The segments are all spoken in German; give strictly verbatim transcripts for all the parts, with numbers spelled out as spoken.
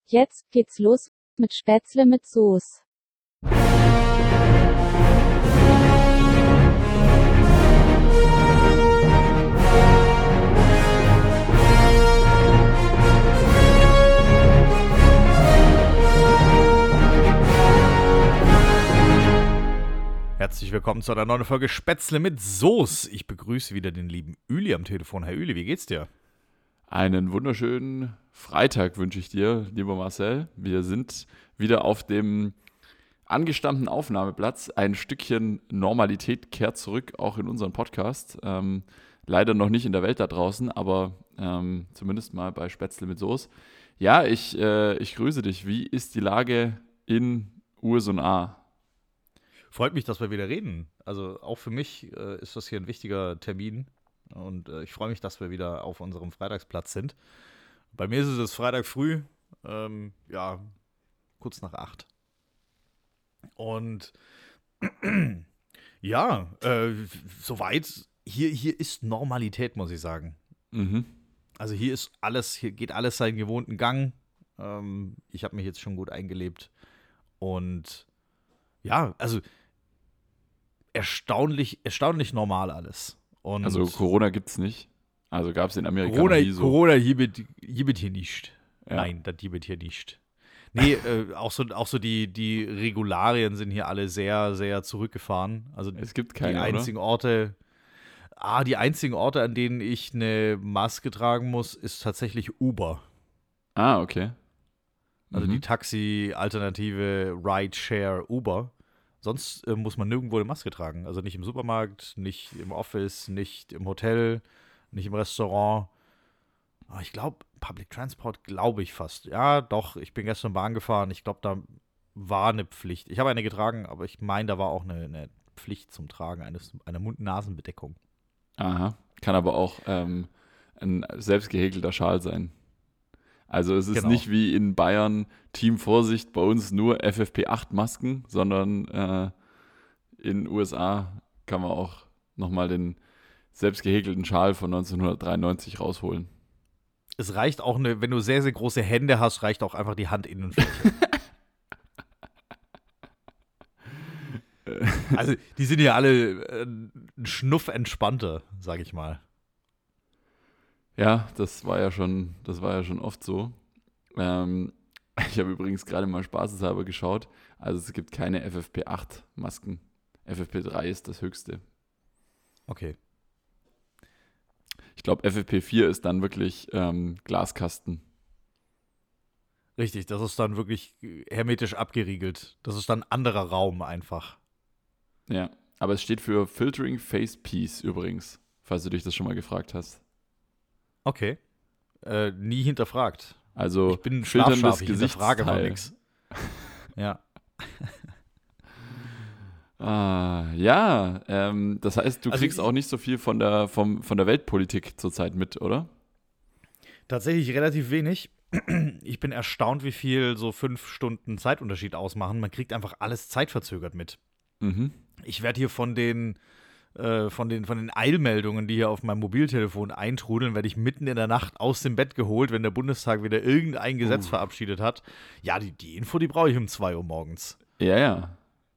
Jetzt geht's los mit Spätzle mit Soße. Herzlich willkommen zu einer neuen Folge Spätzle mit Soße. Ich begrüße wieder den lieben Üli am Telefon. Herr Üli, wie geht's dir? Einen wunderschönen Freitag wünsche ich dir, lieber Marcel. Wir sind wieder auf dem angestammten Aufnahmeplatz. Ein Stückchen Normalität kehrt zurück, auch in unseren Podcast. Ähm, leider noch nicht in der Welt da draußen, aber ähm, zumindest mal bei Spätzle mit Soße. Ja, ich, äh, ich grüße dich. Wie ist die Lage in U S A? Freut mich, dass wir wieder reden. Also auch für mich äh, ist das hier ein wichtiger Termin. Und äh, ich freue mich, dass wir wieder auf unserem Freitagsplatz sind. Bei mir ist es jetzt Freitag früh, ähm, ja, kurz nach acht. Und ja, äh, soweit, hier, hier ist Normalität, muss ich sagen. Mhm. Also hier ist alles, hier geht alles seinen gewohnten Gang. Ähm, ich habe mich jetzt schon gut eingelebt. Und ja, also erstaunlich, erstaunlich normal alles. Und Also Corona gibt es nicht. Also gab es in Amerika Corona, noch nie so. Corona gibt es hier nicht. Ja. Nein, das gibt es hier nicht. Nee, äh, auch so, auch so die, die Regularien sind hier alle sehr, sehr zurückgefahren. Also Es gibt die keine, einzigen oder? Orte, ah, die einzigen Orte, an denen ich eine Maske tragen muss, ist tatsächlich Uber. Ah, okay. Also Mhm. die Taxi-Alternative Rideshare Uber. Sonst äh, muss man nirgendwo eine Maske tragen. Also nicht im Supermarkt, nicht im Office, nicht im Hotel, nicht im Restaurant. Aber ich glaube, Public Transport glaube ich fast. Ja, doch, ich bin gestern Bahn gefahren. Ich glaube, da war eine Pflicht. Ich habe eine getragen, aber ich meine, da war auch eine, eine Pflicht zum Tragen eines, einer Mund-Nasen-Bedeckung. Aha. Kann aber auch ähm, ein selbst gehäkelter Schal sein. Also es ist Genau. nicht wie in Bayern, Team Vorsicht, bei uns nur F F P acht Masken, sondern äh, in den U S A kann man auch nochmal den selbst gehäkelten Schal von neunzehnhundertdreiundneunzig rausholen. Es reicht auch, eine, wenn du sehr, sehr große Hände hast, reicht auch einfach die Handinnenfläche. Also die sind ja alle äh, ein Schnuff entspannter, sag ich mal. Ja, das war ja schon, das war ja schon oft so. Ähm, ich habe übrigens gerade mal spaßeshalber geschaut. Also es gibt keine F F P acht Masken. F F P drei ist das höchste. Okay. Ich glaube, F F P vier ist dann wirklich ähm, Glaskasten. Richtig, das ist dann wirklich hermetisch abgeriegelt. Das ist dann ein anderer Raum einfach. Ja, aber es steht für Filtering Face Piece übrigens, falls du dich das schon mal gefragt hast. Okay. Äh, nie hinterfragt. Also Ich bin filterndes schlafscharf, ich hinterfrage mal Gesichtsteil. nichts. Ja. Ah, ja, ähm, das heißt, du Also kriegst ich- auch nicht so viel von der, vom, von der Weltpolitik zurzeit mit, oder? Tatsächlich relativ wenig. Ich bin erstaunt, wie viel so fünf Stunden Zeitunterschied ausmachen. Man kriegt einfach alles zeitverzögert mit. Mhm. Ich werde hier von den, äh, von den, von den Eilmeldungen, die hier auf meinem Mobiltelefon eintrudeln, werde ich mitten in der Nacht aus dem Bett geholt, wenn der Bundestag wieder irgendein Gesetz Uh. verabschiedet hat. Ja, die, die Info, die brauche ich um zwei Uhr morgens. Ja, ja.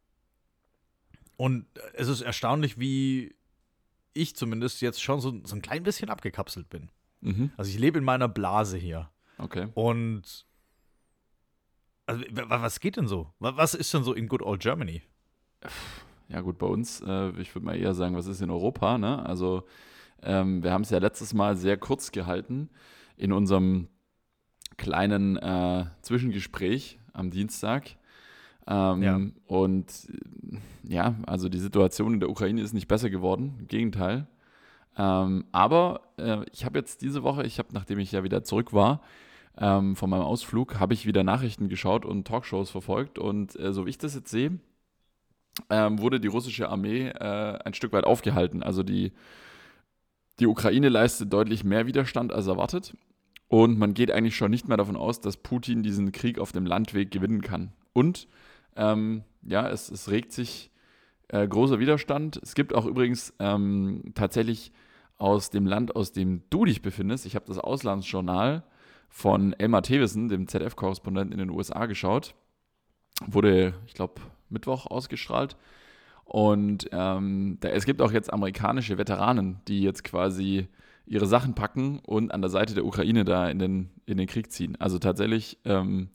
Und es ist erstaunlich, wie ich zumindest jetzt schon so, so ein klein bisschen abgekapselt bin. Mhm. Also ich lebe in meiner Blase hier. Okay. Und also, w- was geht denn so? Wa- Was ist denn so in Good Old Germany? Ja gut, bei uns, äh, ich würde mal eher sagen, was ist in Europa, ne? Also ähm, wir haben es ja letztes Mal sehr kurz gehalten in unserem kleinen äh, Zwischengespräch am Dienstag. Ähm, Ja. Und äh, ja, also die Situation in der Ukraine ist nicht besser geworden, im Gegenteil. Ähm, aber äh, ich habe jetzt diese Woche, ich habe, nachdem ich ja wieder zurück war ähm, von meinem Ausflug, habe ich wieder Nachrichten geschaut und Talkshows verfolgt. Und äh, so wie ich das jetzt sehe, ähm, wurde die russische Armee äh, ein Stück weit aufgehalten. Also die, die Ukraine leistet deutlich mehr Widerstand als erwartet. Und man geht eigentlich schon nicht mehr davon aus, dass Putin diesen Krieg auf dem Landweg gewinnen kann. Und ähm, ja, es, es regt sich äh, großer Widerstand. Es gibt auch übrigens ähm, tatsächlich aus dem Land, aus dem du dich befindest, ich habe das Auslandsjournal von Elmar Thewissen, dem Z D F-Korrespondenten in den U S A, geschaut. Wurde, ich glaube, Mittwoch ausgestrahlt. Und ähm, da, es gibt auch jetzt amerikanische Veteranen, die jetzt quasi ihre Sachen packen und an der Seite der Ukraine da in den, in den Krieg ziehen. Also tatsächlich, ähm,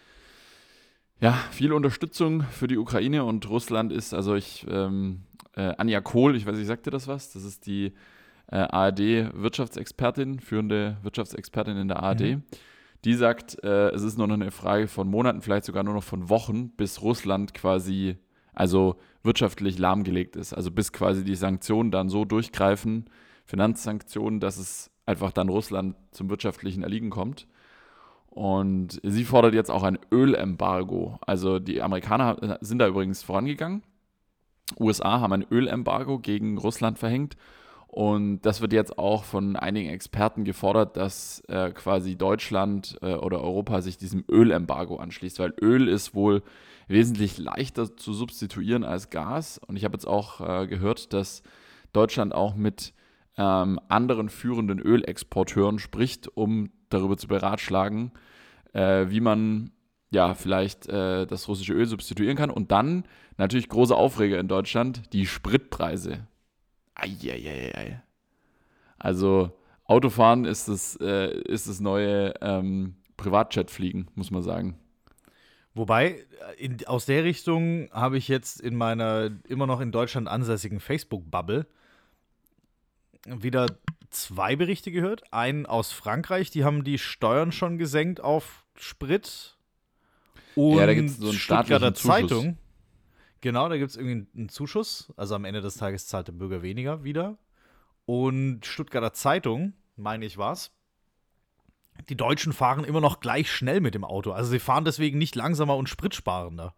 ja, viel Unterstützung für die Ukraine und Russland ist, also ich, ähm, äh, Anja Kohl, ich weiß nicht, sagt dir das was? Das ist die äh, A R D-Wirtschaftsexpertin, führende Wirtschaftsexpertin in der A R D. Mhm. Die sagt, äh, es ist nur noch eine Frage von Monaten, vielleicht sogar nur noch von Wochen, bis Russland quasi, also wirtschaftlich lahmgelegt ist. Also bis quasi die Sanktionen dann so durchgreifen, Finanzsanktionen, dass es einfach dann Russland zum wirtschaftlichen Erliegen kommt. Und sie fordert jetzt auch ein Ölembargo. Also die Amerikaner sind da übrigens vorangegangen. U S A haben ein Ölembargo gegen Russland verhängt. Und das wird jetzt auch von einigen Experten gefordert, dass äh, quasi Deutschland äh, oder Europa sich diesem Ölembargo anschließt, weil Öl ist wohl wesentlich leichter zu substituieren als Gas. Und ich habe jetzt auch äh, gehört, dass Deutschland auch mit ähm, anderen führenden Ölexporteuren spricht, um darüber zu beratschlagen, äh, wie man ja vielleicht äh, das russische Öl substituieren kann. Und dann natürlich große Aufreger in Deutschland, die Spritpreise. Eieiei. Also Autofahren ist das, äh, ist das neue ähm, Privatjetfliegen, muss man sagen. Wobei, in, aus der Richtung habe ich jetzt in meiner immer noch in Deutschland ansässigen Facebook-Bubble wieder zwei Berichte gehört. Einen aus Frankreich, die haben die Steuern schon gesenkt auf Sprit. Und ja, da gibt es so einen Stuttgarter Zuschuss. Zeitung. Genau, da gibt es irgendwie einen Zuschuss. Also am Ende des Tages zahlt der Bürger weniger wieder. Und Stuttgarter Zeitung, meine ich war's, die Deutschen fahren immer noch gleich schnell mit dem Auto. Also sie fahren deswegen nicht langsamer und spritsparender.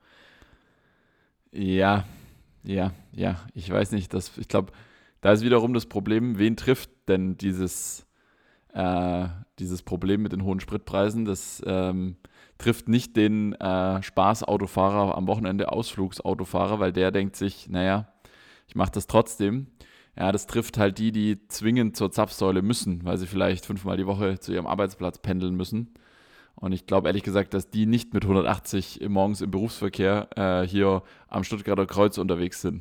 Ja, ja, ja. Ich weiß nicht, das, ich glaube, da ist wiederum das Problem, wen trifft denn dieses, äh, dieses Problem mit den hohen Spritpreisen? Das ähm, trifft nicht den äh, Spaßautofahrer am Wochenende, Ausflugsautofahrer, weil der denkt sich, naja, ich mache das trotzdem. Ja, das trifft halt die, die zwingend zur Zapfsäule müssen, weil sie vielleicht fünfmal die Woche zu ihrem Arbeitsplatz pendeln müssen. Und ich glaube ehrlich gesagt, dass die nicht mit hundertachtzig morgens im Berufsverkehr äh, hier am Stuttgarter Kreuz unterwegs sind.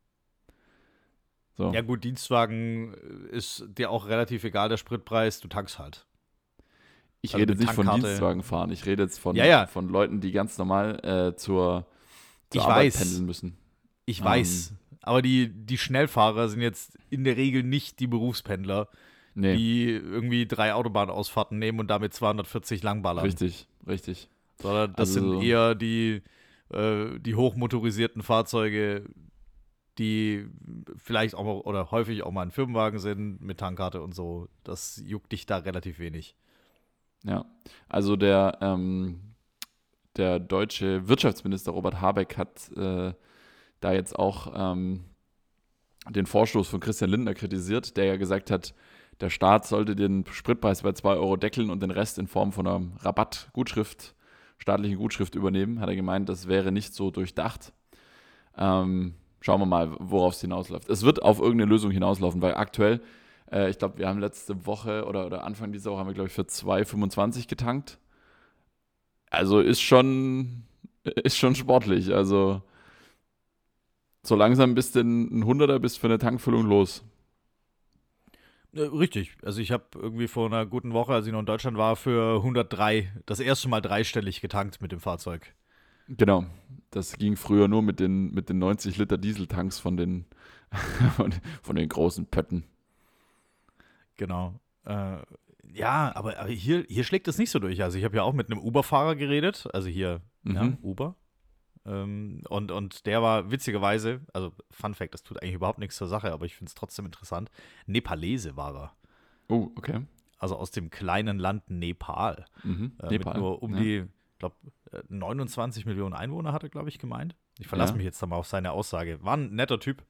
So. Ja gut, Dienstwagen ist dir auch relativ egal, der Spritpreis, du tankst halt. Ich Also rede mit jetzt nicht von Tankkarte. Dienstwagenfahren, ich rede jetzt von, Ja, ja. von Leuten, die ganz normal äh, zur, zur Ich Arbeit weiß. pendeln müssen. Ich Ähm, weiß. Aber die, die Schnellfahrer sind jetzt in der Regel nicht die Berufspendler, Nee, die irgendwie drei Autobahnausfahrten nehmen und damit zweihundertvierzig langballern. richtig, richtig. Sondern das Also- sind eher die, äh, die hochmotorisierten Fahrzeuge, die vielleicht auch mal, oder häufig auch mal ein Firmenwagen sind mit Tankkarte und so. Das juckt dich da relativ wenig. Ja, also der, ähm, der deutsche Wirtschaftsminister Robert Habeck hat äh, da jetzt auch ähm, den Vorstoß von Christian Lindner kritisiert, der ja gesagt hat, der Staat sollte den Spritpreis bei zwei Euro deckeln und den Rest in Form von einer Rabattgutschrift, staatlichen Gutschrift übernehmen. Hat er gemeint, das wäre nicht so durchdacht. Ähm, schauen wir mal, worauf es hinausläuft. Es wird auf irgendeine Lösung hinauslaufen, weil aktuell, äh, ich glaube, wir haben letzte Woche oder, oder Anfang dieser Woche haben wir, glaube ich, für zwei Euro fünfundzwanzig getankt. Also ist schon, ist schon sportlich. Also so langsam bist du ein Hunderter bis für eine Tankfüllung los. Äh, Richtig. Also ich habe irgendwie vor einer guten Woche, als ich noch in Deutschland war, für hundertdrei das erste Mal dreistellig getankt mit dem Fahrzeug. Genau. Das ging früher nur mit den, mit den neunzig Liter Dieseltanks von den, von, von den großen Pötten. Genau. Äh, ja, aber, aber hier, hier schlägt es nicht so durch. Also ich habe ja auch mit einem Uber-Fahrer geredet, also hier, ja, Mhm. Uber. Ähm, und, und der war witzigerweise, also Fun Fact, das tut eigentlich überhaupt nichts zur Sache, aber ich finde es trotzdem interessant. Nepalese war er. Oh, okay. Also aus dem kleinen Land Nepal. Mhm. Äh, Nepal. Mit nur um ja. die, ich glaube, neunundzwanzig Millionen Einwohner hat er, glaube ich, gemeint. Ich verlasse Ja. mich jetzt da mal auf seine Aussage. War ein netter Typ.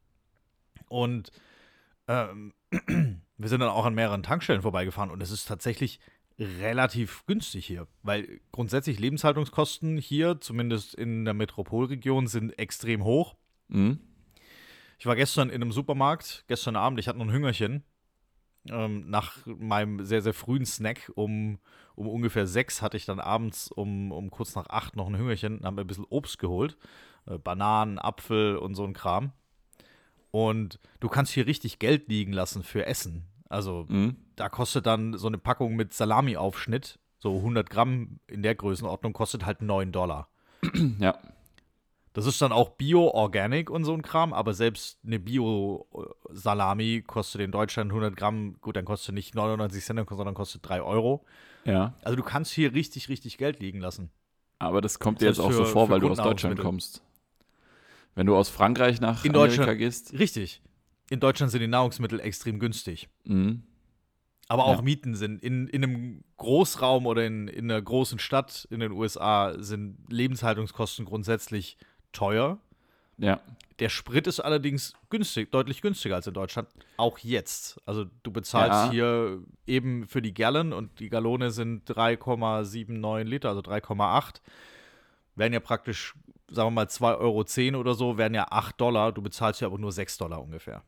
Und ähm, wir sind dann auch an mehreren Tankstellen vorbeigefahren und es ist tatsächlich relativ günstig hier, weil grundsätzlich Lebenshaltungskosten hier, zumindest in der Metropolregion, sind extrem hoch. Mhm. Ich war gestern in einem Supermarkt, gestern Abend, ich hatte noch ein Hüngerchen Ähm, nach meinem sehr, sehr frühen Snack um, um ungefähr sechs hatte ich dann abends um, um kurz nach acht noch ein Hüngerchen und habe mir ein bisschen Obst geholt. Äh, Bananen, Apfel und so ein Kram. Und du kannst hier richtig Geld liegen lassen für Essen. Also Mhm. da kostet dann so eine Packung mit Salami-Aufschnitt, so hundert Gramm in der Größenordnung, kostet halt neun Dollar. Ja. Das ist dann auch Bio, Organic und so ein Kram, aber selbst eine Bio-Salami kostet in Deutschland hundert Gramm, gut, dann kostet nicht neunundneunzig Cent, sondern kostet drei Euro. Ja. Also du kannst hier richtig, richtig Geld liegen lassen. Aber das kommt dir jetzt Selbst auch so für- vor, für weil du aus Deutschland Grundnahrungsmittel. kommst. Wenn du aus Frankreich nach In Amerika Deutschland, gehst. richtig. In Deutschland sind die Nahrungsmittel extrem günstig. Mhm. Aber auch Ja. Mieten sind in, in einem Großraum oder in, in einer großen Stadt in den U S A sind Lebenshaltungskosten grundsätzlich teuer. Ja. Der Sprit ist allerdings günstig, deutlich günstiger als in Deutschland, auch jetzt. Also du bezahlst Ja. hier eben für die Gallon und die Gallone sind drei Komma neunundsiebzig Liter, also drei Komma acht. Wären ja praktisch, sagen wir mal, zwei Euro zehn oder so, wären ja acht Dollar. Du bezahlst ja aber nur sechs Dollar ungefähr.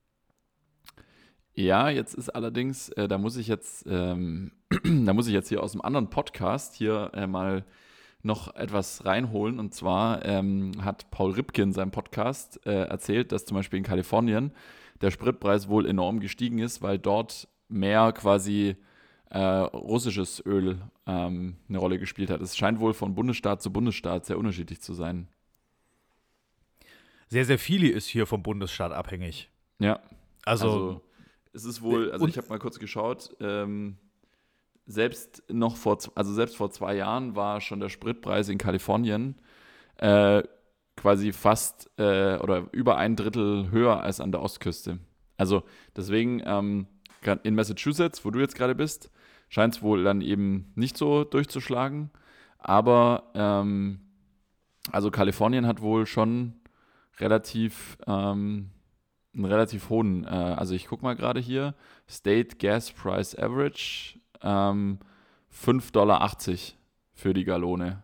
Ja, jetzt ist allerdings, äh, da muss ich jetzt, ähm, da muss ich jetzt hier aus einem anderen Podcast hier äh, mal noch etwas reinholen. Und zwar ähm, hat Paul Ripke in seinem Podcast äh, erzählt, dass zum Beispiel in Kalifornien der Spritpreis wohl enorm gestiegen ist, weil dort mehr quasi äh, russisches Öl ähm, eine Rolle gespielt hat. Es scheint wohl von Bundesstaat zu Bundesstaat sehr unterschiedlich zu sein. Sehr, sehr viel ist hier vom Bundesstaat abhängig. Ja, Also, also es ist wohl, also und- ich habe mal kurz geschaut, ähm, selbst noch vor, z- also selbst vor zwei Jahren war schon der Spritpreis in Kalifornien äh, quasi fast äh, oder über ein Drittel höher als an der Ostküste. Also deswegen ähm, kann- in Massachusetts, wo du jetzt gerade bist, scheint es wohl dann eben nicht so durchzuschlagen. Aber ähm, also Kalifornien hat wohl schon relativ ähm, einen relativ hohen, äh, also ich gucke mal gerade hier, State Gas Price Average, ähm, fünf Komma achtzig Dollar für die Gallone.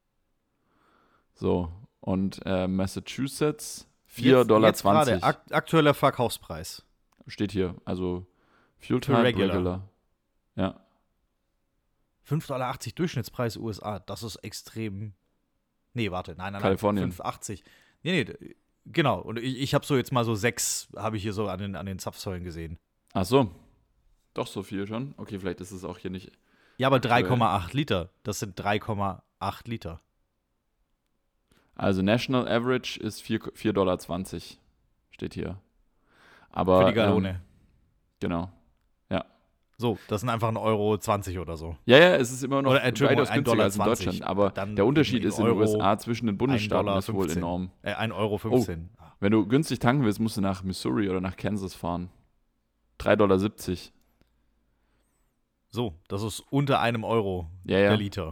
So, und äh, Massachusetts vier Komma jetzt zwanzig gerade Dollar. ak aktueller Verkaufspreis. Steht hier, also Fuel Für Type Regular. Regular. Ja, fünf Komma achtzig Dollar Durchschnittspreis U S A. Das ist extrem. Nee, warte, nein, nein, Kalifornien. nein. fünf Komma achtzig. Nee, nee, d- genau. Und ich, ich habe so jetzt mal so sechs, habe ich hier so an den, an den Zapfsäulen gesehen. ach so, doch so viel schon. Okay, vielleicht ist es auch hier nicht. Ja, aber Aktuell. drei Komma acht Liter. Das sind drei Komma acht Liter. Also National Average ist vier Komma Dollar zwanzig, steht hier. Aber, Für die Gallone. Ähm, genau. So, das sind einfach ein Euro zwanzig oder so. Ja, ja, es ist immer noch Oder, Entschuldigung, weitaus ein günstiger Dollar als in zwanzig. Deutschland. Aber Dann der Unterschied in ist in den Euro U S A zwischen den Bundesstaaten Dollar ist wohl fünfzehn. enorm. Äh, ein Euro fünfzehn. Wenn du günstig tanken willst, musst du nach Missouri oder nach Kansas fahren. drei Komma siebzig Dollar. So, das ist unter einem Euro Ja, ja. der Liter.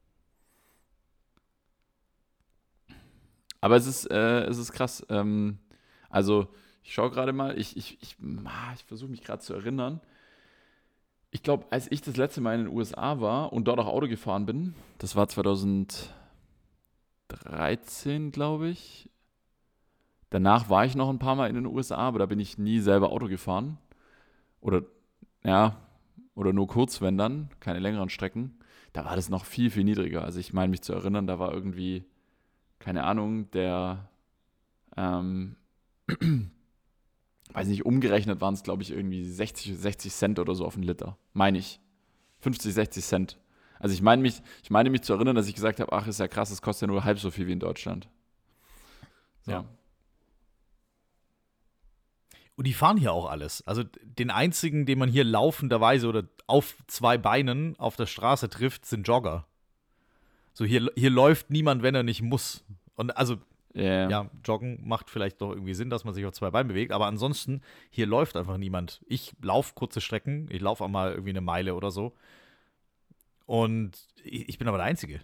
Aber es ist, äh, es ist krass. Ähm, also, ich schaue gerade mal, ich, ich, ich, ah, ich versuche mich gerade zu erinnern. Ich glaube, als ich das letzte Mal in den U S A war und dort auch Auto gefahren bin, das war zweitausenddreizehn, glaube ich. Danach war ich noch ein paar Mal in den U S A, aber da bin ich nie selber Auto gefahren. Oder, ja, oder nur kurz, wenn dann, keine längeren Strecken. Da war das noch viel, viel niedriger. Also ich meine mich zu erinnern, da war irgendwie, keine Ahnung, der, ähm, weiß nicht, umgerechnet waren es, glaube ich, irgendwie sechzig, sechzig Cent oder so auf einen Liter. Meine ich. fünfzig, sechzig Cent. Also ich meine mich, ich meine mich zu erinnern, dass ich gesagt habe, ach, ist ja krass, es kostet ja nur halb so viel wie in Deutschland. So. Ja. Und die fahren hier auch alles. Also den einzigen, den man hier laufenderweise oder auf zwei Beinen auf der Straße trifft, sind Jogger. So hier, hier läuft niemand, wenn er nicht muss. Und also, Yeah. ja, Joggen macht vielleicht doch irgendwie Sinn, dass man sich auf zwei Beinen bewegt, aber ansonsten, hier läuft einfach niemand. Ich laufe kurze Strecken, ich laufe auch mal irgendwie eine Meile oder so. Und ich, ich bin aber der Einzige.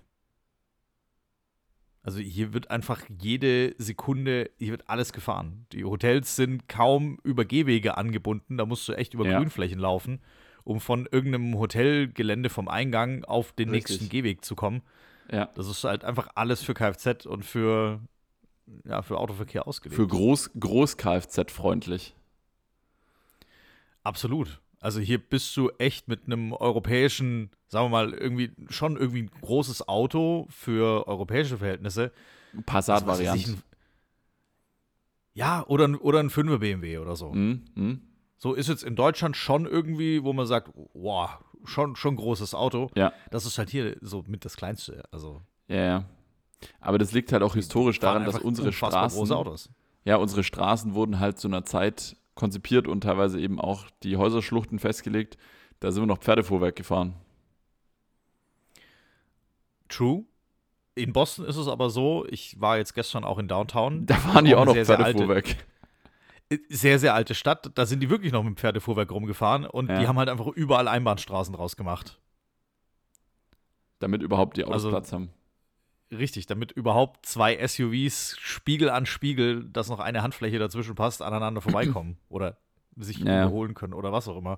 Also hier wird einfach jede Sekunde, hier wird alles gefahren. Die Hotels sind kaum über Gehwege angebunden, da musst du echt über Ja. Grünflächen laufen, um von irgendeinem Hotelgelände vom Eingang auf den Richtig. nächsten Gehweg zu kommen. Ja. Das ist halt einfach alles für Kfz und für, ja, für Autoverkehr ausgelegt. Für Groß, Groß-Kfz freundlich. Absolut. Also hier bist du echt mit einem europäischen, sagen wir mal, irgendwie schon irgendwie ein großes Auto für europäische Verhältnisse. Passat-Variant. Also, ja, oder, ein- oder ein fünfer B M W oder so. Mhm. Mhm. So ist jetzt in Deutschland schon irgendwie, wo man sagt, wow, schon, schon großes Auto. Ja. Das ist halt hier so mit das Kleinste. Also Ja, ja. Aber das liegt halt auch historisch fahren daran, dass einfach unsere unfassbar Straßen, große Autos. ja, unsere Straßen wurden halt zu einer Zeit konzipiert und teilweise eben auch die Häuserschluchten festgelegt. Da sind wir noch Pferdefuhrwerk gefahren. True. In Boston ist es aber so, ich war jetzt gestern auch in Downtown. Da waren die Auch auch noch eine sehr, sehr alte- Pferdefuhrwerk. Sehr, sehr alte Stadt. Da sind die wirklich noch mit dem Pferdefuhrwerk rumgefahren und Ja. die haben halt einfach überall Einbahnstraßen draus gemacht. Damit überhaupt die Autos Also- Platz haben. Richtig, damit überhaupt zwei S U Vs Spiegel an Spiegel, dass noch eine Handfläche dazwischen passt, aneinander vorbeikommen oder sich Ja, ja. überholen können oder was auch immer.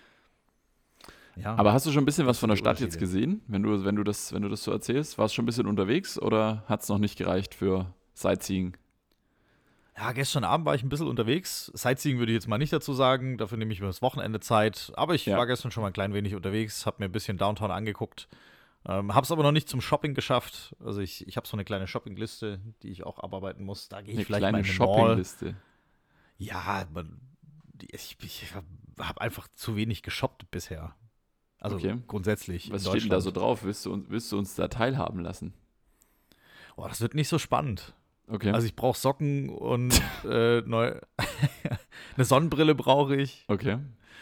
Ja, Aber hast du schon ein bisschen was von der die Stadt jetzt Unterschiede. gesehen, wenn du, wenn du, das, wenn du das so erzählst? Warst du schon ein bisschen unterwegs oder hat es noch nicht gereicht für Sightseeing? ja, gestern Abend war ich ein bisschen unterwegs. Sightseeing würde ich jetzt mal nicht dazu sagen, dafür nehme ich mir das Wochenende Zeit. Aber ich Ja. war gestern schon mal ein klein wenig unterwegs, habe mir ein bisschen Downtown angeguckt. Ähm, habe es aber noch nicht zum Shopping geschafft. Also ich, ich habe so eine kleine Shoppingliste, die ich auch abarbeiten muss. Da gehe ich Eine vielleicht mal kleine in eine Mall. Shoppingliste. Ja, man, die- ich, ich habe einfach zu wenig geshoppt bisher. Also Okay. grundsätzlich. Was in steht denn da so Deutschland. drauf? Willst du, uns, willst du uns da teilhaben lassen? Oh, das wird nicht so spannend. Okay. Also ich brauche Socken und äh, neu eine Sonnenbrille brauche ich. okay.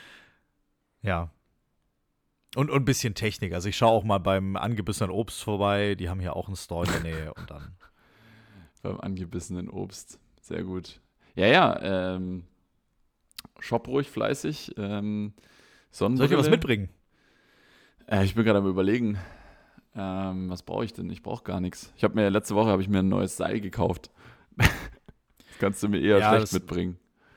Ja. Und, und ein bisschen Technik. Also ich schaue auch mal beim angebissenen Obst vorbei. Die haben hier auch einen Store in der Nähe. Und dann. Beim angebissenen Obst. Sehr gut. Ja, ja. Ähm, shop ruhig fleißig. Ähm, Soll ich dir was Sonnenbrille. mitbringen? Äh, ich bin gerade am Überlegen. Ähm, was brauche ich denn? Ich brauche gar nichts. Ich habe mir letzte Woche habe ich mir ein neues Seil gekauft. das kannst du mir eher Ja, schlecht das- mitbringen.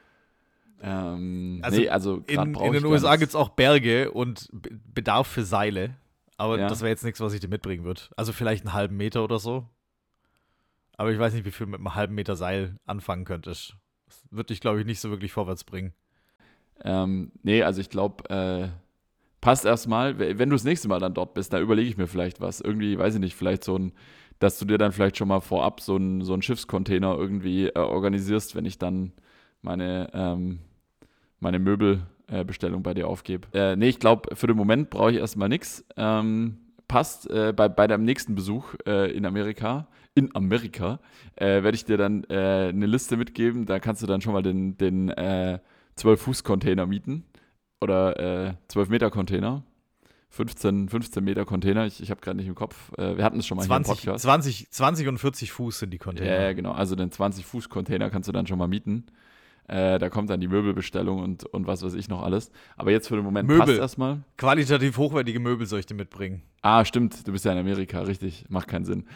Ähm, Also nee, also gerade In, brauche in ich den gar U S A nichts. gibt es auch Berge und Be- Bedarf für Seile. Aber Ja. das wäre jetzt nichts, was ich dir mitbringen würde. Also vielleicht einen halben Meter oder so. Aber ich weiß nicht, wie viel mit einem halben Meter Seil anfangen könntest. Das würde dich, glaube ich, nicht so wirklich vorwärts bringen. Ähm, nee, also ich glaube, äh, passt erstmal. W- Wenn du das nächste Mal dann dort bist, da überlege ich mir vielleicht was. Irgendwie, weiß ich nicht, vielleicht so ein, dass du dir dann vielleicht schon mal vorab so einen so einen Schiffscontainer irgendwie äh, organisierst, wenn ich dann meine, ähm, meine Möbelbestellung bei dir aufgebe. Äh, nee, ich glaube, für den Moment brauche ich erstmal nichts. Ähm, passt. Äh, bei, bei deinem nächsten Besuch äh, in Amerika, in Amerika, äh, werde ich dir dann äh, eine Liste mitgeben. Da kannst du dann schon mal den, den äh, zwölf-Fuß-Container mieten. Oder äh, zwölf-Meter-Container. fünfzehn, fünfzehn Meter Container. Ich, ich habe gerade nicht im Kopf. Äh, wir hatten es schon mal hier im zwanzig, Podcast. zwanzig, zwanzig und vierzig Fuß sind die Container. Ja, ja, genau. Also den zwanzig-Fuß-Container kannst du dann schon mal mieten. Äh, da kommt dann die Möbelbestellung und, und was weiß ich noch alles. Aber jetzt für den Moment Möbel. passt erstmal. Qualitativ hochwertige Möbel soll ich dir mitbringen. Ah, stimmt. Du bist ja in Amerika, richtig. Macht keinen Sinn.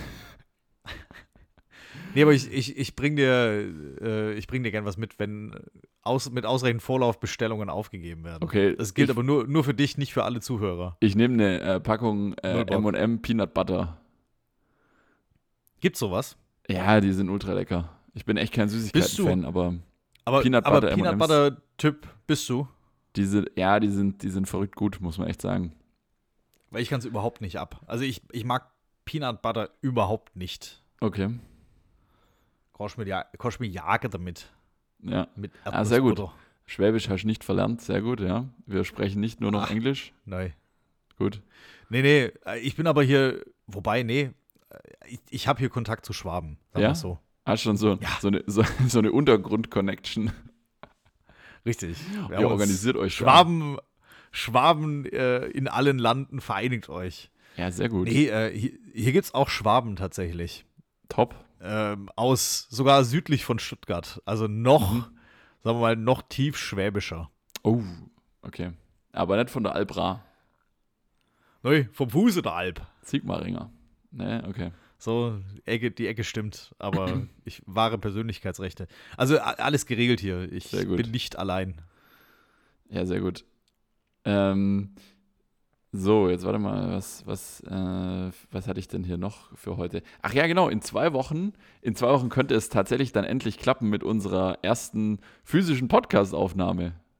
Nee, aber ich, ich, ich bring dir, äh, ich bring dir gern was mit, wenn aus, mit ausreichend Vorlauf Bestellungen aufgegeben werden. Okay. Das gilt ich, aber nur, nur für dich, nicht für alle Zuhörer. Ich nehme eine äh, Packung äh, Null Bock. M und M Peanut Butter. Gibt's sowas? Ja, die sind ultra lecker. Ich bin echt kein Süßigkeiten-Fan, aber Aber Peanut aber Butter Peanut M und M's. Butter-Typ bist du? diese, ja, die sind, die sind verrückt gut, muss man echt sagen. Weil ich kann es überhaupt nicht ab. Also ich, ich mag Peanut Butter überhaupt nicht. Okay. Kannst mir, ja, kannst mir jagen damit. Ja. Mit Ah, sehr gut. Erdnussbutter. Schwäbisch hast du nicht verlernt, sehr gut, ja. Wir sprechen nicht nur noch Ach. Englisch. Nein. Gut. Nee, nee, ich bin aber hier, wobei, nee, ich, ich habe hier Kontakt zu Schwaben. Sagen Ja? wir so. Hast schon so, Ja. so eine, so, so eine Untergrund-Connection. Richtig. Wir Ihr haben uns- organisiert euch schon. Schwaben, Schwaben äh, in allen Landen, vereinigt euch. Ja, sehr gut. Nee, äh, hier, hier gibt es auch Schwaben tatsächlich. Top. Ähm, aus, sogar südlich von Stuttgart. Also noch, Mhm. sagen wir mal, noch tief schwäbischer. Oh, okay. Aber nicht von der Albra. Neu, vom Fuße der Alp. Sigmaringer. Ne, okay. So, Ecke, die Ecke stimmt, aber ich wahre Persönlichkeitsrechte. Also a- alles geregelt hier. Ich Sehr gut. bin nicht allein. Ja, sehr gut. Ähm, so, jetzt warte mal, was, was, äh, was hatte ich denn hier noch für heute? Ach ja, genau, in zwei Wochen, in zwei Wochen könnte es tatsächlich dann endlich klappen mit unserer ersten physischen Podcast-Aufnahme.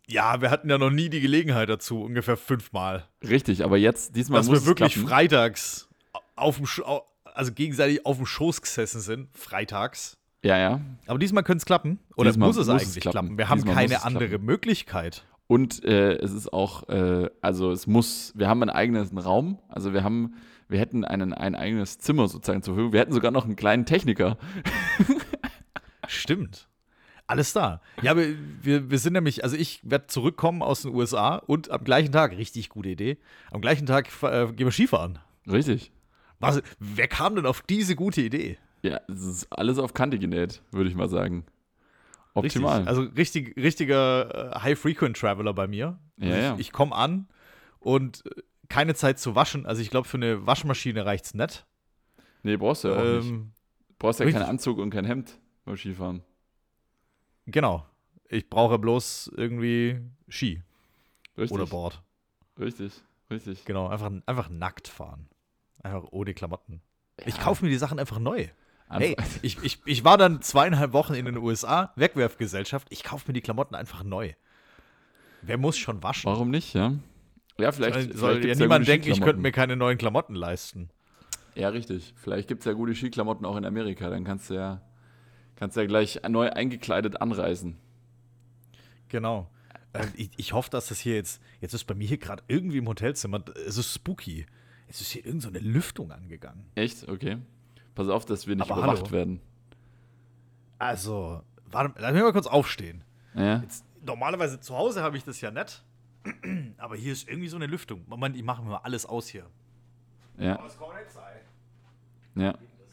Ja, wir hatten ja noch nie die Gelegenheit dazu, ungefähr fünfmal. Richtig, aber jetzt, diesmal Dass muss wir wirklich es klappen. freitags auf dem Sch- au- also gegenseitig auf dem Schoß gesessen sind, freitags. Ja, ja. Aber diesmal könnte es klappen. Oder Diesmal muss es muss es eigentlich klappen. klappen? Wir haben Diesmal muss keine es andere klappen. Möglichkeit. Und äh, es ist auch, äh, also es muss, wir haben einen eigenen Raum, also wir haben, wir hätten einen, ein eigenes Zimmer sozusagen zur Verfügung. Wir hätten sogar noch einen kleinen Techniker. Stimmt. Alles da. Ja, aber wir, wir sind nämlich, also ich werde zurückkommen aus den U S A und am gleichen Tag, richtig gute Idee, am gleichen Tag äh, gehen wir Skifahren. Richtig. Was, wer kam denn auf diese gute Idee? Ja, es ist alles auf Kante genäht, würde ich mal sagen. Optimal. Richtig. Also richtig, richtiger äh, High-Frequent-Traveler bei mir. Ja, Also ich ja. ich komme an und äh, keine Zeit zu waschen. Also ich glaube, für eine Waschmaschine reicht's nicht. Nee, brauchst du ja auch nicht. Ähm, Brauchst ja richtig. keinen Anzug und kein Hemd beim Skifahren. genau. Ich brauche bloß irgendwie Ski Richtig. oder Board. Richtig, richtig. Genau, einfach, einfach nackt fahren. Einfach ohne Klamotten. Ich Ja. kaufe mir die Sachen einfach neu. Anf- Hey, ich, ich, ich war dann zweieinhalb Wochen in den U S A, Wegwerfgesellschaft. Ich kaufe mir die Klamotten einfach neu. Wer muss schon waschen? Warum nicht, ja? Ja, vielleicht. Soll, vielleicht soll ja gibt's niemand gute denken, ich könnte Skiklamotten. mir keine neuen Klamotten leisten. Ja, richtig. Vielleicht gibt es ja gute Skiklamotten auch in Amerika. Dann kannst du ja, kannst du ja gleich neu eingekleidet anreisen. Genau. Äh, ich, ich hoffe, dass das hier jetzt, jetzt ist bei mir hier gerade irgendwie im Hotelzimmer, es ist spooky. Es ist hier irgend so eine Lüftung angegangen. Echt? Okay. Pass auf, dass wir nicht Aber überwacht hallo. werden. Also, warte, lass mich mal kurz aufstehen. Ja? Jetzt, normalerweise zu Hause habe ich das ja nicht. Aber hier ist irgendwie so eine Lüftung. Moment, ich mache mir mal alles aus hier. Ja. das kann nicht sein. Ja.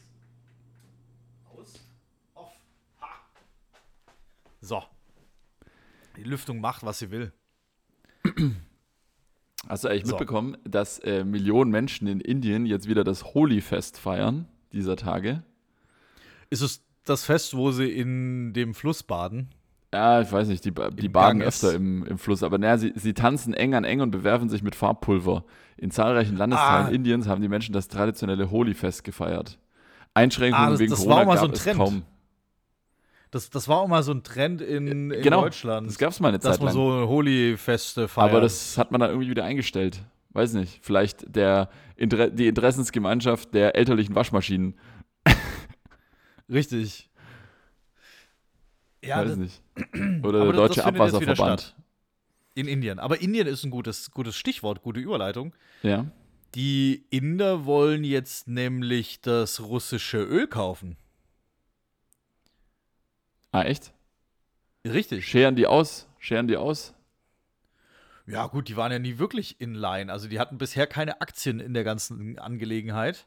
Aus, off, ha. So. Die Lüftung macht, was sie will. Hast du eigentlich So. mitbekommen, dass äh, Millionen Menschen in Indien jetzt wieder das Holi-Fest feiern, dieser Tage? Ist es das Fest, wo sie in dem Fluss baden? Ja, ich weiß nicht, die, ba- die Im baden Ganges. öfter im, im Fluss, aber naja, sie, sie tanzen eng an eng und bewerfen sich mit Farbpulver. In zahlreichen Landesteilen Ah. Indiens haben die Menschen das traditionelle Holi-Fest gefeiert. Einschränkungen Ah, das- wegen das Corona war auch mal gab so ein es Trend. kaum. Das, das war auch mal so ein Trend in, in Genau, Deutschland, das gab es mal eine dass Zeit man lang. so Holi-Feste feiert. Aber das hat man dann irgendwie wieder eingestellt. Weiß nicht, vielleicht der Inter die Interessensgemeinschaft der elterlichen Waschmaschinen. Richtig. Ja, Weiß das, nicht. Oder aber der Deutsche das findet jetzt wieder Abwasserverband. statt. In Indien. Aber Indien ist ein gutes, gutes Stichwort, gute Überleitung. Ja. Die Inder wollen jetzt nämlich das russische Öl kaufen. Ah, echt? Richtig. Scheren die aus? Scheren die aus? Ja, gut, die waren ja nie wirklich in line. Also die hatten bisher keine Aktien in der ganzen Angelegenheit.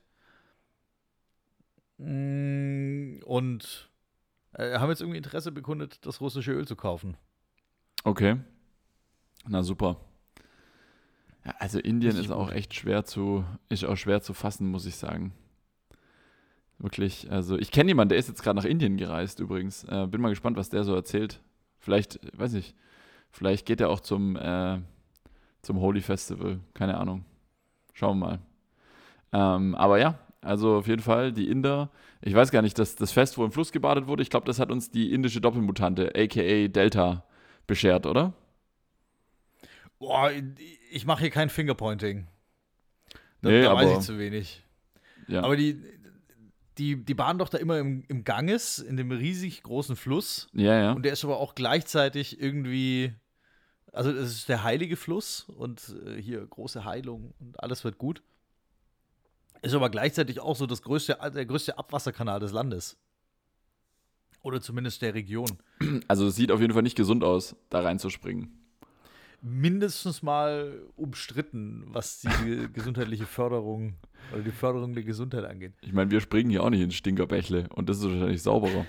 Mm, Und äh, haben jetzt irgendwie Interesse bekundet, das russische Öl zu kaufen. Okay. Na super. Ja, also Indien Richtig ist auch gut. echt schwer zu, ist auch schwer zu fassen, muss ich sagen. Wirklich, also ich kenne jemanden, der ist jetzt gerade nach Indien gereist übrigens. Äh, bin mal gespannt, was der so erzählt. Vielleicht, weiß ich, vielleicht geht er auch zum, äh, zum Holi Festival. Keine Ahnung. Schauen wir mal. Ähm, aber ja, also auf jeden Fall die Inder. Ich weiß gar nicht, das, das Fest, wo im Fluss gebadet wurde, ich glaube, das hat uns die indische Doppelmutante, aka Delta, beschert, oder? Boah, ich mache hier kein Fingerpointing. Da, Nee, da weiß aber- ich zu wenig. Ja. Aber die, die, die baden doch da immer im, im Ganges, in dem riesig großen Fluss. ja, ja. Und der ist aber auch gleichzeitig irgendwie, also es ist der heilige Fluss und äh, hier große Heilung und alles wird gut. Ist aber gleichzeitig auch so das größte, der größte Abwasserkanal des Landes. Oder zumindest der Region. Also es sieht auf jeden Fall nicht gesund aus, da reinzuspringen. Mindestens mal umstritten, was die gesundheitliche Förderung oder die Förderung der Gesundheit angeht. Ich meine, wir springen hier auch nicht ins Stinkerbächle und das ist wahrscheinlich sauberer.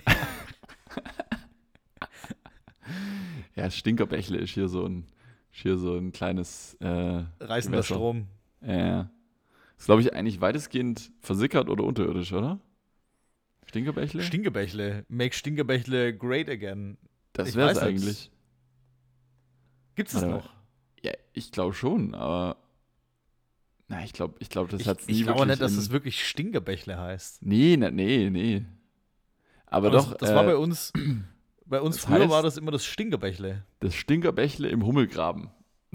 Ja, Stinkerbächle ist hier so ein, ist hier so ein kleines äh, Reißender Gewässer. Strom. Äh, ist, glaube ich, eigentlich weitestgehend versickert oder unterirdisch, oder? Stinkerbächle? Stingebächle. Make Stingebächle great again. das ich wäre es weiß nicht. eigentlich. Gibt es das Warte noch? Ja, ich glaube schon, aber na, ich glaube, ich glaube, das Ich, hat es nie ich glaube wirklich nicht, dass in, es wirklich Stingebächle heißt. Nee, na, nee, nee. Aber, Aber doch, das, das äh, war bei uns Bei uns Das früher heißt- war das immer das Stinkerbächle. Das Stinkerbächle im Hummelgraben.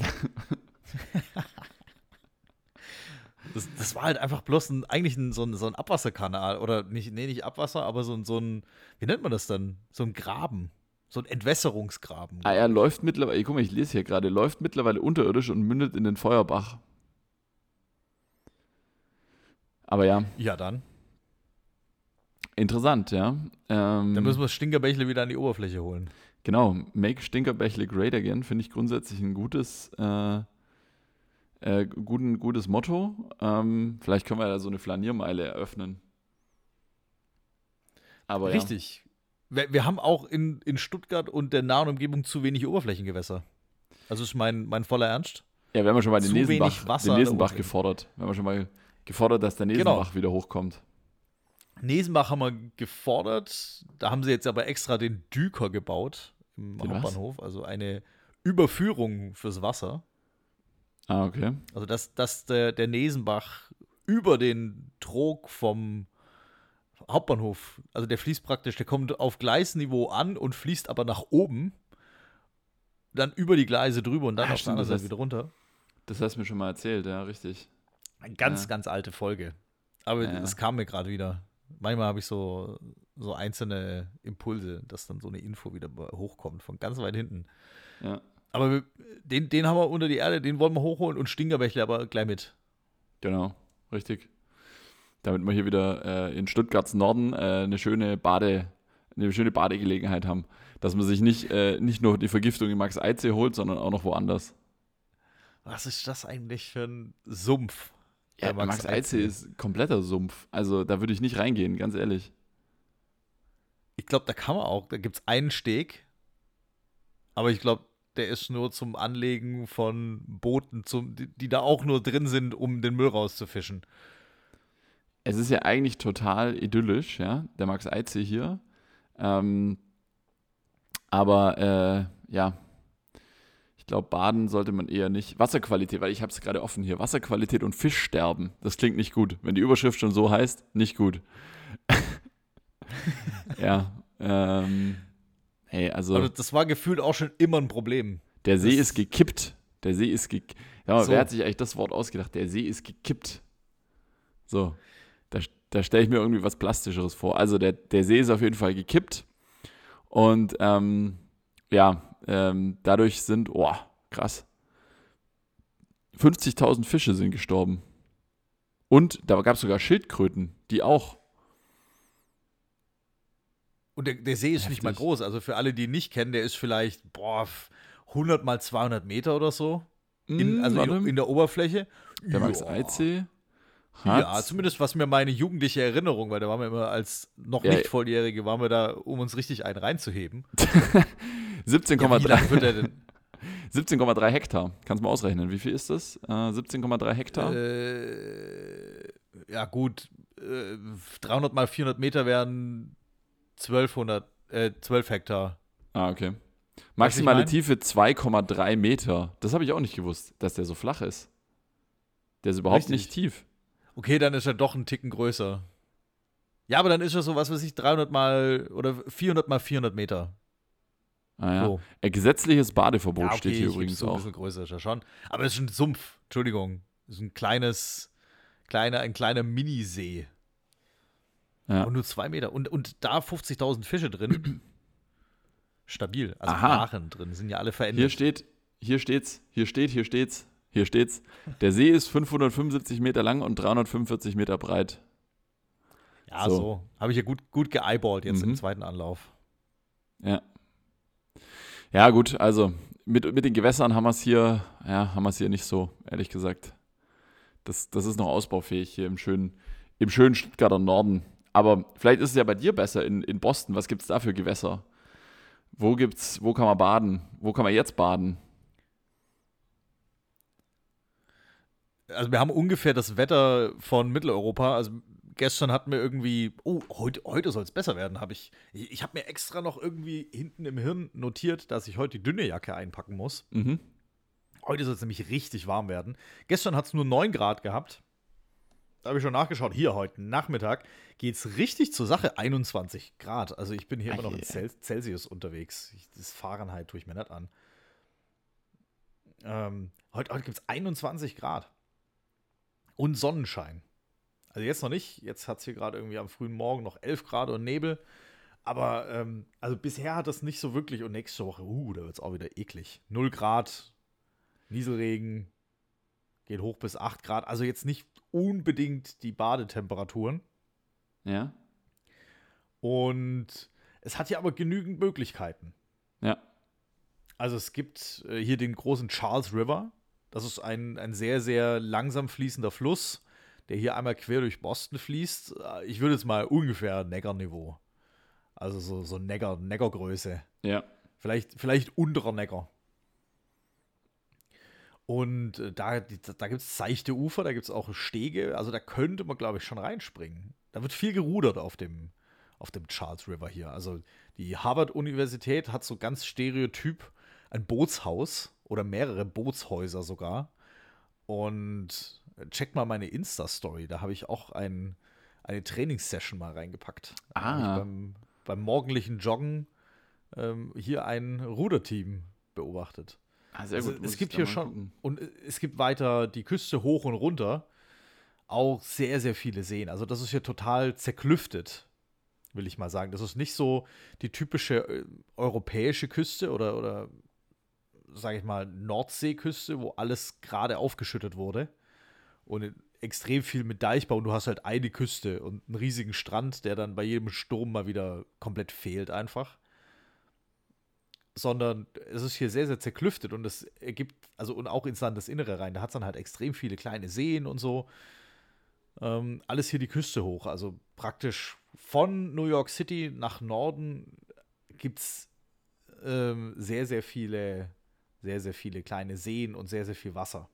Das, das war halt einfach bloß ein, eigentlich ein, so, ein, so ein Abwasserkanal. Oder nicht, nee, nicht Abwasser, aber so, ein- so ein, wie nennt man das dann? So ein Graben. So ein Entwässerungsgraben. Ah, er läuft mittlerweile, guck mal, ich lese hier gerade, läuft mittlerweile unterirdisch und mündet in den Feuerbach. Aber ja, Ja, dann. interessant, ja. Ähm, Dann müssen wir das Stinkerbächle wieder an die Oberfläche holen. Genau, Make Stinkerbächle Great Again finde ich grundsätzlich ein gutes, äh, äh, guten, gutes Motto. Ähm, vielleicht können wir da so eine Flaniermeile eröffnen. Aber Richtig. Wir, wir haben auch in, in Stuttgart und der nahen Umgebung zu wenig Oberflächengewässer. Also ist mein, mein voller Ernst. ja, ja, wir haben ja schon mal den zu wenig Nesenbach, Wasser den an der Nesenbach Oberfläche. gefordert. Wir haben ja schon mal gefordert, dass der Genau. Nesenbach wieder hochkommt. Nesenbach haben wir gefordert. Da haben sie jetzt aber extra den Düker gebaut im Den was? Hauptbahnhof. Also eine Überführung fürs Wasser. Ah, okay. Also dass, dass der, der Nesenbach über den Trog vom Hauptbahnhof, also der fließt praktisch, der kommt auf Gleisniveau an und fließt aber nach oben, dann über die Gleise drüber und dann Ah, auf stimmt, der anderen das Seite wieder runter. Das hast du mir schon mal erzählt, ja, richtig. Eine ganz, Ja. ganz alte Folge. Aber Ja, ja. es kam mir gerade wieder. Manchmal habe ich so, so einzelne Impulse, dass dann so eine Info wieder hochkommt, von ganz weit hinten. Ja. Aber wir, den, den haben wir unter die Erde, den wollen wir hochholen und Stinkerbächle aber gleich mit. Genau, richtig. Damit wir hier wieder äh, in Stuttgarts Norden äh, eine schöne Bade, eine schöne Badegelegenheit haben. Dass man sich nicht, äh, nicht nur die Vergiftung in Max Eitzee holt, sondern auch noch woanders. Was ist das eigentlich für ein Sumpf? Ja, Der Max, Eitzee ist kompletter Sumpf. Also da würde ich nicht reingehen, ganz ehrlich. Ich glaube, da kann man auch, da gibt es einen Steg, aber ich glaube, der ist nur zum Anlegen von Booten, zum, die, die da auch nur drin sind, um den Müll rauszufischen. Es ist ja eigentlich total idyllisch, ja, der Max Eitzee hier. Ähm, aber äh, ja, ich glaube, baden sollte man eher nicht. Wasserqualität, weil ich habe es gerade offen hier. Wasserqualität und Fischsterben, das klingt nicht gut. Wenn die Überschrift schon so heißt, nicht gut. ja, ähm, hey, also Aber das war gefühlt auch schon immer ein Problem. der See das- ist gekippt. Der See ist gekippt. Ja, aber So. wer hat sich eigentlich das Wort ausgedacht? Der See ist gekippt. So, da, da stelle ich mir irgendwie was Plastischeres vor. Also der, der See ist auf jeden Fall gekippt. Und ähm, ja, ähm, dadurch sind, oh, krass, fünfzigtausend Fische sind gestorben. Und da gab es sogar Schildkröten, die auch. Und der, der See ist nicht mal Heftig. groß. Also für alle, die ihn nicht kennen, der ist vielleicht, boah, hundert mal zweihundert Meter oder so. In, Hm, also warte, in, in der Oberfläche. der Max Ja. Eitzee hat. Ja, zumindest was mir meine jugendliche Erinnerung, weil da waren wir immer als noch Ja, nicht Volljährige, waren wir da, um uns richtig einen reinzuheben. siebzehn Ja, Komma wie drei lang wird er denn? siebzehn Komma drei Hektar. Kannst du mal ausrechnen. Wie viel ist das? Äh, siebzehn Komma drei Hektar? Äh, ja, gut. Äh, dreihundert mal vierhundert Meter wären zwölfhundert, äh, zwölf Hektar. Ah, okay. Weißt du, Maximale ich mein? Tiefe zwei Komma drei Meter. Das habe ich auch nicht gewusst, dass der so flach ist. Der ist überhaupt Richtig. nicht tief. Okay, dann ist er doch ein Ticken größer. Ja, aber dann ist er so, was weiß ich, dreihundert mal oder vierhundert mal vierhundert Meter. Ah, ja. So. Äh, gesetzliches Badeverbot Ja, okay, steht hier ich übrigens so ein auch. bisschen größer ist er schon. Aber es ist ein Sumpf, Entschuldigung. Es ist ein kleines, kleiner, ein kleiner Minisee. Ja. Und nur zwei Meter. Und, und da fünfzigtausend Fische drin. Stabil. Also Aha. Lachen drin, sind ja alle Hier verändert. steht, hier steht's, hier steht, hier steht's, hier steht's. Der See ist fünfhundertfünfundsiebzig Meter lang und dreihundertfünfundvierzig Meter breit. Ja, so. so. Habe ich ja gut, gut geeyeballt jetzt Mhm. im zweiten Anlauf. Ja. Ja, gut, also mit, mit den Gewässern haben wir es hier, ja, haben wir es hier nicht so, ehrlich gesagt. Das, das ist noch ausbaufähig hier im schönen, im schönen Stuttgarter Norden. Aber vielleicht ist es ja bei dir besser in, in Boston. Was gibt es da für Gewässer? Wo gibt's, wo kann man baden? Wo kann man jetzt baden? Also wir haben ungefähr das Wetter von Mitteleuropa. Also gestern hatten wir irgendwie, oh, heute, heute soll es besser werden, habe ich. Ich, ich habe mir extra noch irgendwie hinten im Hirn notiert, dass ich heute die dünne Jacke einpacken muss. Mhm. Heute soll es nämlich richtig warm werden. Gestern hat es nur neun Grad gehabt. Da habe ich schon nachgeschaut. Hier heute Nachmittag geht es richtig zur Sache. einundzwanzig Grad. Also ich bin hier Ach immer noch in je. Cel Celsius unterwegs. Ich, das Fahrenheit tue ich mir nicht an. Ähm, heute heute gibt es einundzwanzig Grad. Und Sonnenschein. Also jetzt noch nicht. Jetzt hat es hier gerade irgendwie am frühen Morgen noch elf Grad und Nebel. Aber ähm, also bisher hat das nicht so wirklich. Und nächste Woche, uh, da wird es auch wieder eklig. null Grad, Nieselregen, geht hoch bis acht Grad. Also jetzt nicht unbedingt die Badetemperaturen. Ja, Und es hat ja aber genügend Möglichkeiten. ja. Also es gibt äh, hier den großen Charles River. Das ist ein, ein sehr, sehr langsam fließender Fluss, der hier einmal quer durch Boston fließt. Äh, Ich würde jetzt mal ungefähr Neckar-Niveau. Also so, so Neckar, Neckargröße. Ja, Vielleicht, vielleicht unterer Neckar. Und äh, da, die- da gibt es seichte Ufer, da gibt es auch Stege. Also da könnte man, glaube ich, schon reinspringen. Da wird viel gerudert auf dem, auf dem Charles River hier. Also die Harvard-Universität hat so ganz stereotyp ein Bootshaus oder mehrere Bootshäuser sogar. Und check mal meine Insta-Story. Da habe ich auch ein, eine Trainingssession mal reingepackt. Da habe ich Ah. beim, beim morgendlichen Joggen ähm, hier ein Ruderteam beobachtet. Ah, sehr Also gut. muss es ich gibt da hier mal schon, gucken. und es gibt weiter die Küste hoch und runter auch sehr, sehr viele Seen. Also das ist hier total zerklüftet, will ich mal sagen. Das ist nicht so die typische äh, europäische Küste oder, oder sage ich mal, Nordseeküste, wo alles gerade aufgeschüttet wurde und extrem viel mit Deichbau und du hast halt eine Küste und einen riesigen Strand, der dann bei jedem Sturm mal wieder komplett fehlt einfach. Sondern es ist hier sehr, sehr zerklüftet und es ergibt, also und auch ins Landesinnere rein, da hat es dann halt extrem viele kleine Seen und so. Ähm, alles hier die Küste hoch, also praktisch von New York City nach Norden gibt es ähm, sehr, sehr viele, sehr, sehr viele kleine Seen und sehr, sehr viel Wasser.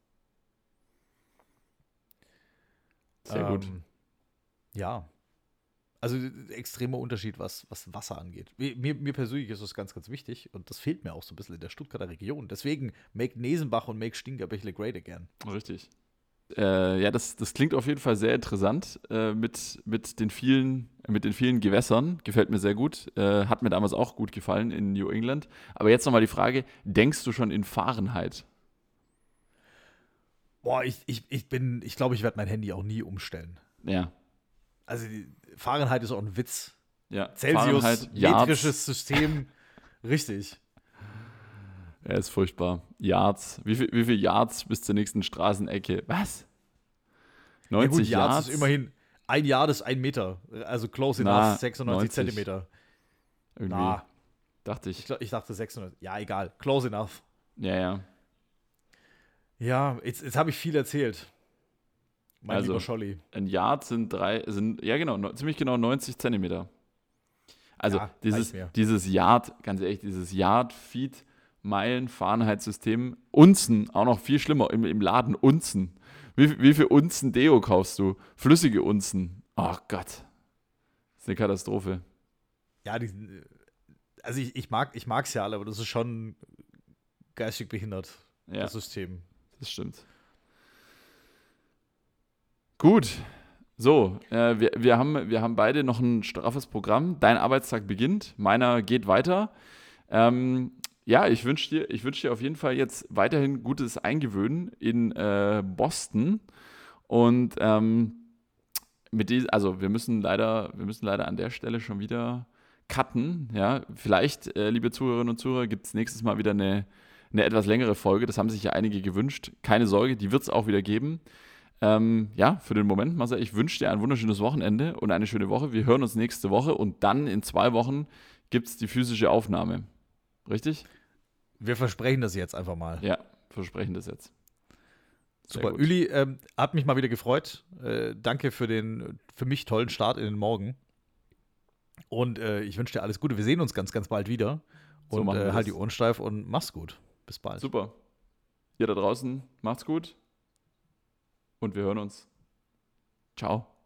Sehr gut. Ähm, Ja, also äh, extremer Unterschied, was, was Wasser angeht. Mir, mir mir persönlich ist das ganz, ganz wichtig und das fehlt mir auch so ein bisschen in der Stuttgarter Region. Deswegen make Nesenbach und make Stinkerbächle great again. Richtig. Äh, ja, das, das klingt auf jeden Fall sehr interessant äh, mit, mit, den vielen, mit den vielen Gewässern. Gefällt mir sehr gut. Äh, hat mir damals auch gut gefallen in New England. Aber jetzt nochmal die Frage, denkst du schon in Fahrenheit? Boah, ich, ich, ich bin, ich glaube, ich werde mein Handy auch nie umstellen. Ja. Also die Fahrenheit ist auch ein Witz. Ja, Celsius, Fahrenheit, Yards. metrisches System, richtig. Er ist furchtbar. Yards. Wie viel, wie viel Yards bis zur nächsten Straßenecke? Was? Ja gut, neunzig Yards Yards? ist immerhin, ein Yard ist ein Meter. Also close Na, enough, sechsundneunzig neunzig. Zentimeter. Irgendwie. Na, Dachte ich, ich. glaub, ich dachte sechshundert. Ja, egal, close enough. Ja, ja. Ja, jetzt, jetzt habe ich viel erzählt. Mein Also, lieber Scholli. Ein Yard sind drei, sind, ja genau, no, ziemlich genau neunzig Zentimeter. Also Ja, dieses, reicht mir. dieses Yard, ganz ehrlich, dieses Yard, Feet, Meilen, Fahrenheitssystem, Unzen, auch noch viel schlimmer, im, im Laden Unzen. Wie, wie viel Unzen Deo kaufst du? Flüssige Unzen. Oh Gott. Das ist eine Katastrophe. Ja, die, also ich, ich mag ich mag's ja alle, aber das ist schon geistig behindert, Ja, das System. das stimmt. Gut. So, äh, wir, wir, haben, wir haben beide noch ein straffes Programm. Dein Arbeitstag beginnt, meiner geht weiter. Ähm, ja, ich wünsche dir, ich wünsch dir auf jeden Fall jetzt weiterhin gutes Eingewöhnen in äh, Boston. Und ähm, mit dies, also wir müssen leider, wir müssen leider an der Stelle schon wieder cutten. Ja, vielleicht, äh, liebe Zuhörerinnen und Zuhörer, gibt es nächstes Mal wieder eine, eine etwas längere Folge. Das haben sich ja einige gewünscht. Keine Sorge, die wird es auch wieder geben. Ähm, ja, für den Moment, Marcel, ich wünsche dir ein wunderschönes Wochenende und eine schöne Woche. Wir hören uns nächste Woche und dann in zwei Wochen gibt es die physische Aufnahme. Richtig? Wir versprechen das jetzt einfach mal. Ja, versprechen das jetzt. Sehr Super. gut. Uli, ähm, hat mich mal wieder gefreut. Äh, danke für den für mich tollen Start in den Morgen. Und äh, ich wünsche dir alles Gute. Wir sehen uns ganz, ganz bald wieder. So Und machen wir äh, halt die das. Ohren steif und mach's gut. Bis bald. Super. Ihr da draußen, macht's gut und wir hören uns. Ciao.